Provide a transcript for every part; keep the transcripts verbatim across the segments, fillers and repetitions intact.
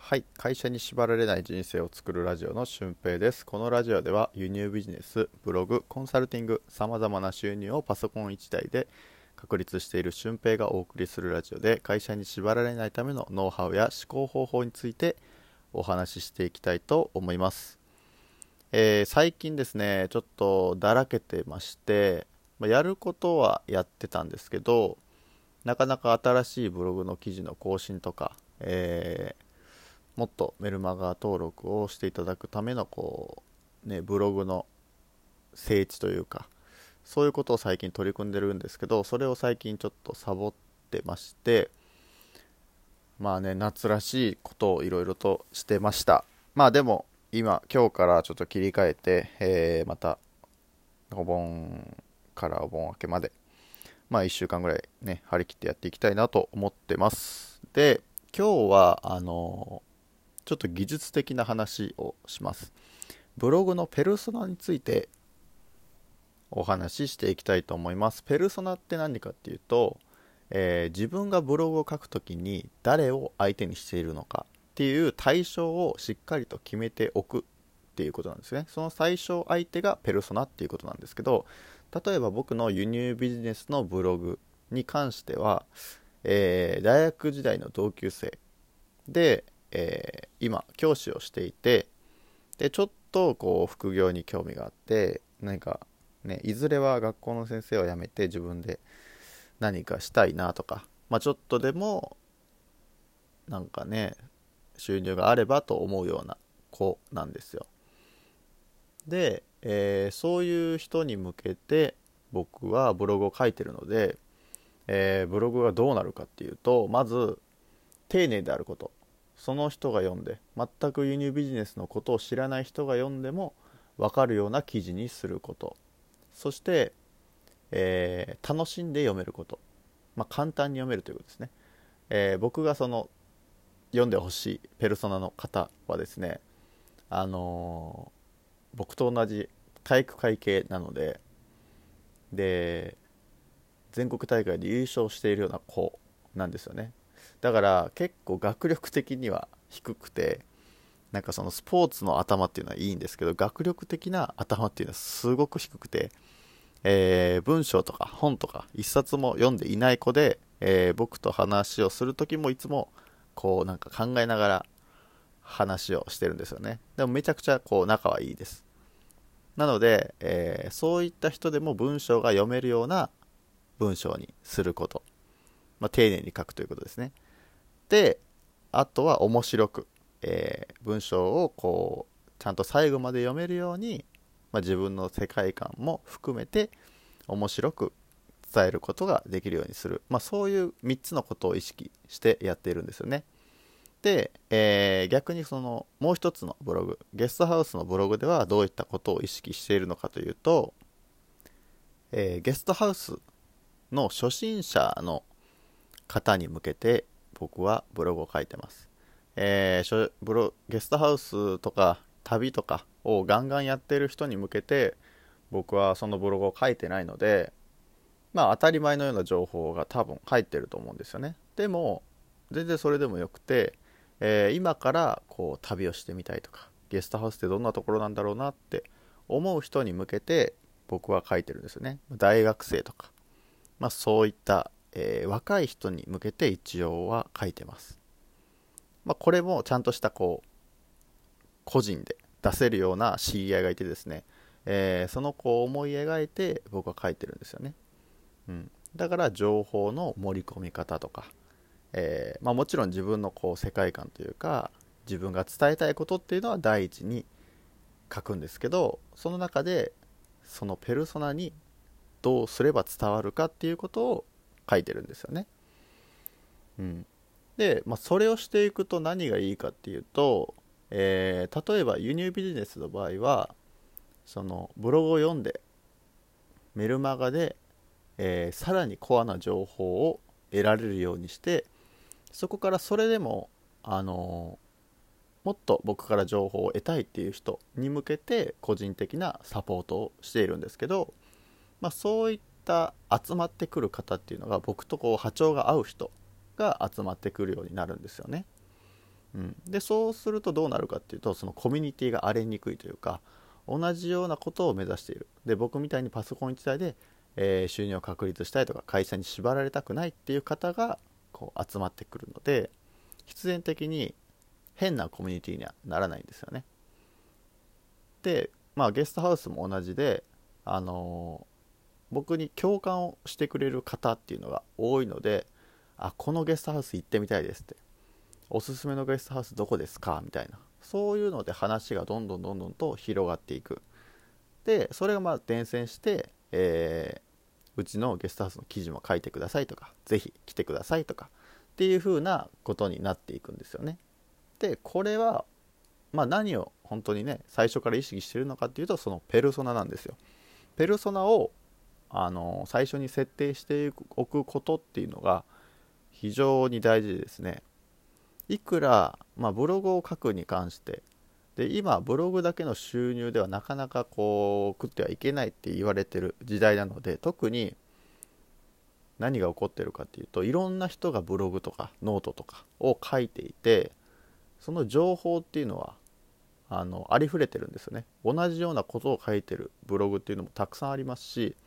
はい、会社に縛られない人生を作るラジオの俊平です。このラジオでは輸入ビジネス、ブログ、コンサルティング、さまざまな収入をパソコンいちだいで確立している俊平がお送りするラジオで、会社に縛られないためのノウハウや思考方法についてお話ししていきたいと思います。えー最近ですね、ちょっとだらけてまして、まあやることはやってたんですけど、なかなか新しいブログの記事の更新とか、えーもっとメルマガ登録をしていただくためのこう、ね、ブログの整地というか、そういうことを最近取り組んでるんですけど、それを最近ちょっとサボってまして、まあね、夏らしいことをいろいろとしてました。まあでも、今、今日からちょっと切り替えて、えーまた、お盆からお盆明けまで、まあいっしゅうかんぐらいね、張り切ってやっていきたいなと思ってます。で、今日は、あのちょっと技術的な話をします。ブログのペルソナについてお話ししていきたいと思います。ペルソナって何かっていうと、えー自分がブログを書くときに誰を相手にしているのかっていう対象をしっかりと決めておくっていうことなんですね。その対象相手がペルソナっていうことなんですけど、例えば僕の輸入ビジネスのブログに関しては、えー大学時代の同級生で、えー今教師をしていて、でちょっとこう副業に興味があって、何かね、いずれは学校の先生を辞めて自分で何かしたいなとか、まあ、ちょっとでもなんかね、収入があればと思うような子なんですよ。で、えーそういう人に向けて僕はブログを書いてるので、えーブログがどうなるかっていうと、まず丁寧であること。その人が読んで、全く輸入ビジネスのことを知らない人が読んでも分かるような記事にすること。そして、えー楽しんで読めること。まあ、簡単に読めるということですね。えー僕がその読んでほしいペルソナの方はですね、あのー僕と同じ体育会系なので、で、全国大会で優勝しているような子なんですよね。だから結構学力的には低くて、なんかそのスポーツの頭っていうのはいいんですけど、学力的な頭っていうのはすごく低くて、えー文章とか本とか一冊も読んでいない子で、えー僕と話をする時もいつもこうなんか考えながら話をしてるんですよね。でもめちゃくちゃこう仲はいいです。なので、えーそういった人でも文章が読めるような文章にすること、まあ、丁寧に書くということですね。で、あとは面白く、えー文章をこうちゃんと最後まで読めるように、まあ、自分の世界観も含めて面白く伝えることができるようにする、まあ、そういうみっつのことを意識してやっているんですよね。で、えー逆にそのもう一つのブログ、ゲストハウスのブログではどういったことを意識しているのかというと、えーゲストハウスの初心者の方に向けて僕はブログを書いてます。えーしょブロゲストハウスとか旅とかをガンガンやってる人に向けて僕はそのブログを書いてないので、まあ当たり前のような情報が多分入ってると思うんですよね。でも全然それでもよくて、えー今からこう旅をしてみたいとか、ゲストハウスってどんなところなんだろうなって思う人に向けて僕は書いてるんですよね。大学生とか、まあそういった、えー若い人に向けて一応は書いてます。まあこれもちゃんとしたこう個人で出せるような知り合いがいてですね、えーその子を思い描いて僕は書いてるんですよね。うん、だから情報の盛り込み方とか、えーまあ、もちろん自分のこう世界観というか自分が伝えたいことっていうのは第一に書くんですけど、その中でそのペルソナにどうすれば伝わるかっていうことを書いてるんですよね。うん、で、まあ、それをしていくと何がいいかっていうと、えー例えば輸入ビジネスの場合はそのブログを読んでメルマガで、えーさらにコアな情報を得られるようにして、そこからそれでも、あのーもっと僕から情報を得たいっていう人に向けて個人的なサポートをしているんですけど、まあ、そういった集まってくる方っていうのが僕とこう波長が合う人が集まってくるようになるんですよね。 うん、でそうするとどうなるかっていうと、そのコミュニティが荒れにくいというか、同じようなことを目指している。で僕みたいにパソコン一台で、えー収入を確立したいとか、会社に縛られたくないっていう方がこう集まってくるので、必然的に変なコミュニティにはならないんですよね。で、まあ、ゲストハウスも同じで、あのー僕に共感をしてくれる方っていうのが多いので、あ、このゲストハウス行ってみたいですって、おすすめのゲストハウスどこですかみたいな、そういうので話がどんどんどんどんと広がっていく。でそれがまあ伝染して、えーうちのゲストハウスの記事も書いてくださいとか、ぜひ来てくださいとかっていう風なことになっていくんですよね。でこれは、まあ、何を本当にね最初から意識しているのかっていうと、そのペルソナなんですよ。ペルソナをあの最初に設定しておくことっていうのが非常に大事でですね、いくら、まあ、ブログを書くに関してで、今ブログだけの収入ではなかなかこう食ってはいけないって言われてる時代なので、特に何が起こってるかっていうと、いろんな人がブログとかノートとかを書いていて、その情報っていうのはあのありふれてるんですよね。同じようなことを書いてるブログっていうのもたくさんありますし、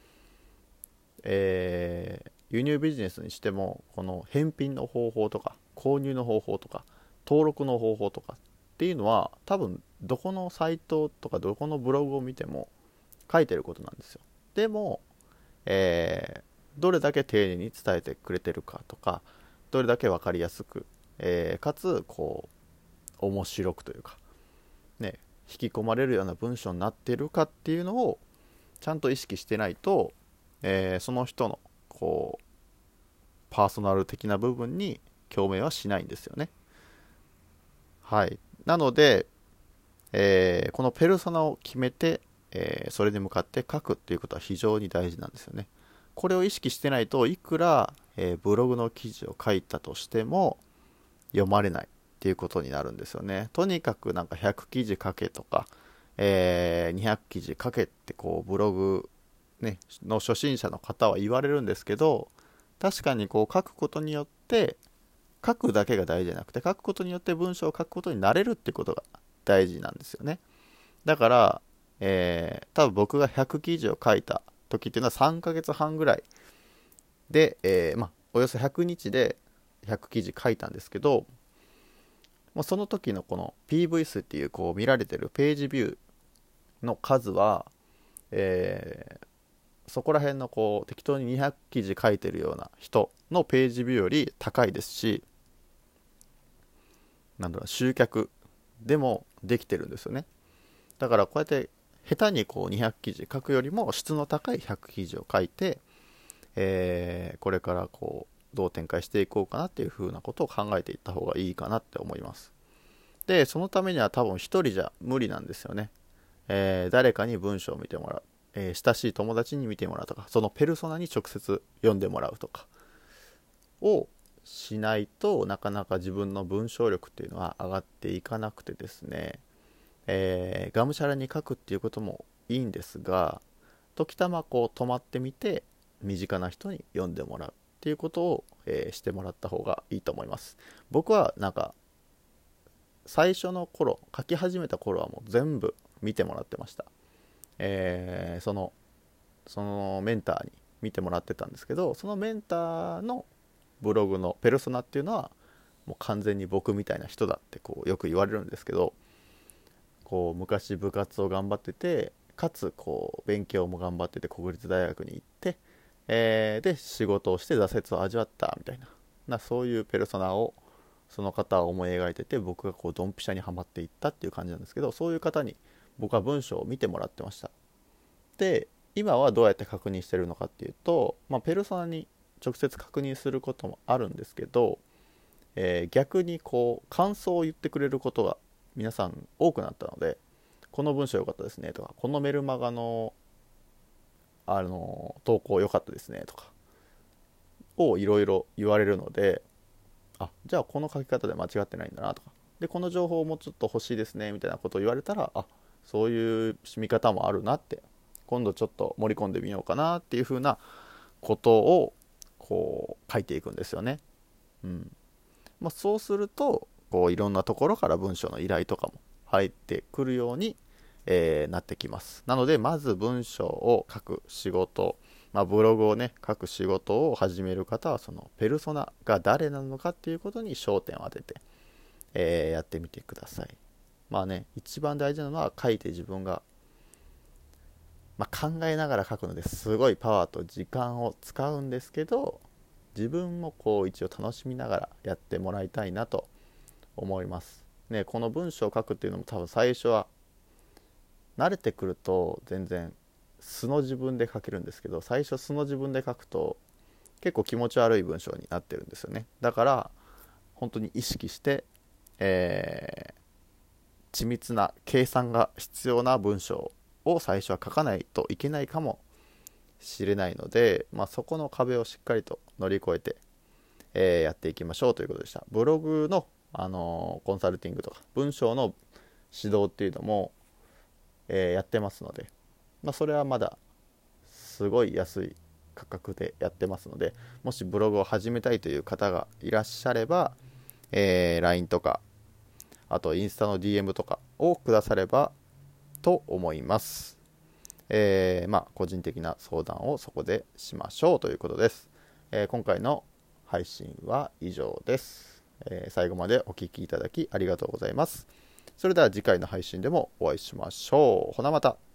えー輸入ビジネスにしても、この返品の方法とか購入の方法とか登録の方法とかっていうのは、多分どこのサイトとかどこのブログを見ても書いてることなんですよ。でも、えーどれだけ丁寧に伝えてくれてるかとか、どれだけ分かりやすく、えーかつこう面白くというかね、引き込まれるような文章になっているかっていうのをちゃんと意識してないと、えーその人のこうパーソナル的な部分に共鳴はしないんですよね。はい。なので、えーこのペルソナを決めて、えーそれに向かって書くっていうことは非常に大事なんですよね。これを意識してないと、いくら、えーブログの記事を書いたとしても読まれないっていうことになるんですよね。とにかくなんかひゃく記事書けとか、えーにひゃく記事書けってこうブログ、ね、の初心者の方は言われるんですけど、確かにこう書くことによって、書くだけが大事じゃなくて、書くことによって文章を書くことになれるってことが大事なんですよね。だから、えー多分僕がひゃく記事を書いた時っていうのはさんかげつはんぐらいで、えーまあ、およそひゃくにちでひゃく記事書いたんですけど、もうその時のこの ピーブイ 数っていうこう見られてるページビューの数は、えーそこら辺のこう適当ににひゃく記事書いてるような人のページビューより高いですし、なんだろう、集客でもできてるんですよね。だからこうやって下手にこうにひゃく記事書くよりも質の高いひゃく記事を書いて、えーこれからこうどう展開していこうかなっていう風なことを考えていった方がいいかなって思います。でそのためには多分一人じゃ無理なんですよね。えー誰かに文章を見てもらう、えー親しい友達に見てもらうとか、そのペルソナに直接読んでもらうとかをしないと、なかなか自分の文章力っていうのは上がっていかなくてですね、えーがむしゃらに書くっていうこともいいんですが、時たまこう止まってみて身近な人に読んでもらうっていうことを、えーしてもらった方がいいと思います。僕はなんか最初の頃、書き始めた頃はもう全部見てもらってました。えーそのそのメンターに見てもらってたんですけど、そのメンターのブログのペルソナっていうのはもう完全に僕みたいな人だってこうよく言われるんですけど、こう昔部活を頑張ってて、かつこう勉強も頑張ってて国立大学に行って、えーで仕事をして挫折を味わったみたいな、なそういうペルソナをその方は思い描いてて、僕がこうドンピシャにはまっていったっていう感じなんですけど、そういう方に僕は文章を見てもらってました。で今はどうやって確認してるのかっていうと、まあ、ペルソナに直接確認することもあるんですけど、えー逆にこう感想を言ってくれることが皆さん多くなったので、この文章良かったですねとか、このメルマガの、あの投稿良かったですねとかをいろいろ言われるので、あ、じゃあこの書き方で間違ってないんだなとか、でこの情報もちょっと欲しいですねみたいなことを言われたら、あ、そういう見方もあるなって、今度ちょっと盛り込んでみようかなっていう風なことをこう書いていくんですよね。うん。まあ、そうするとこういろんなところから文章の依頼とかも入ってくるように、えーなってきます。なのでまず文章を書く仕事、まあ、ブログをね書く仕事を始める方はそのペルソナが誰なのかっていうことに焦点を当てて、えーやってみてください。まあね、一番大事なのは書いて自分が、まあ、考えながら書くのですごいパワーと時間を使うんですけど、自分もこう一応楽しみながらやってもらいたいなと思いますね。この文章を書くっていうのも多分最初は慣れてくると全然素の自分で書けるんですけど、最初素の自分で書くと結構気持ち悪い文章になってるんですよね。だから本当に意識して、えー、緻密な計算が必要な文章を最初は書かないといけないかもしれないので、まあ、そこの壁をしっかりと乗り越えて、えーやっていきましょうということでした。ブログの、あのーコンサルティングとか文章の指導っていうのも、えーやってますので、まあ、それはまだすごい安い価格でやってますので、もしブログを始めたいという方がいらっしゃれば、えー ライン とかあとインスタの ディーエム とかをくださればと思います。えーまあ、個人的な相談をそこでしましょうということです。えー今回の配信は以上です。えー最後までお聞きいただきありがとうございます。それでは次回の配信でもお会いしましょう。ほなまた。